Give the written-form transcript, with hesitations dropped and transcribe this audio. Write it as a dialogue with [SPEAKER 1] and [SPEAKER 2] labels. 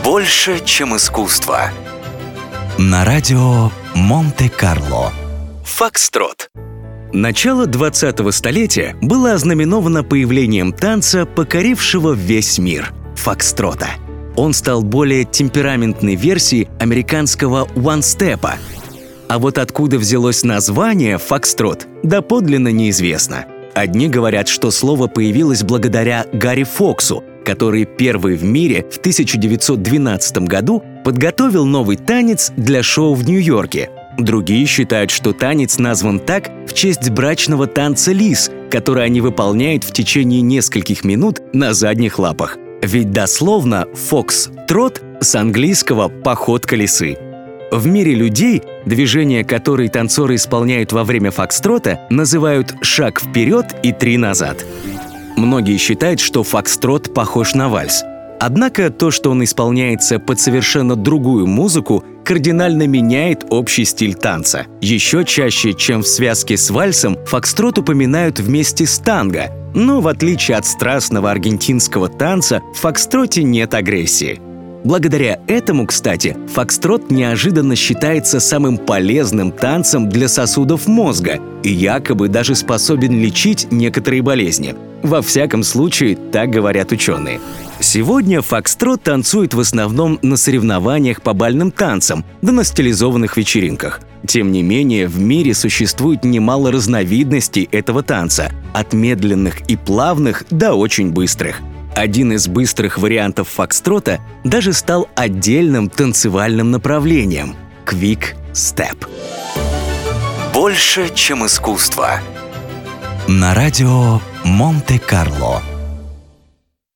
[SPEAKER 1] Больше, чем искусство.
[SPEAKER 2] На радио Монте-Карло.
[SPEAKER 1] Фокстрот.
[SPEAKER 3] Начало 20-го столетия было ознаменовано появлением танца, покорившего весь мир – фокстрота. Он стал более темпераментной версией американского one-степа. А вот откуда взялось название «фокстрот» доподлинно неизвестно. Одни говорят, что слово появилось благодаря Гарри Фоксу, который первый в мире в 1912 году подготовил новый танец для шоу в Нью-Йорке. Другие считают, что танец назван так в честь брачного танца лис, который они выполняют в течение нескольких минут на задних лапах. Ведь дословно «фокс-трот» с английского «походка лисы». В мире людей движения, которые танцоры исполняют во время фокстрота, называют «шаг вперед» и «три назад». Многие считают, что фокстрот похож на вальс. Однако то, что он исполняется под совершенно другую музыку, кардинально меняет общий стиль танца. Еще чаще, чем в связке с вальсом, фокстрот упоминают вместе с танго. Но в отличие от страстного аргентинского танца, в фокстроте нет агрессии. Благодаря этому, кстати, фокстрот неожиданно считается самым полезным танцем для сосудов мозга и якобы даже способен лечить некоторые болезни. Во всяком случае, так говорят ученые. Сегодня фокстрот танцует в основном на соревнованиях по бальным танцам, да на стилизованных вечеринках. Тем не менее, в мире существует немало разновидностей этого танца, от медленных и плавных до очень быстрых. Один из быстрых вариантов фокстрота даже стал отдельным танцевальным направлением – квик-степ.
[SPEAKER 1] Больше, чем искусство.
[SPEAKER 2] На радио Монте-Карло.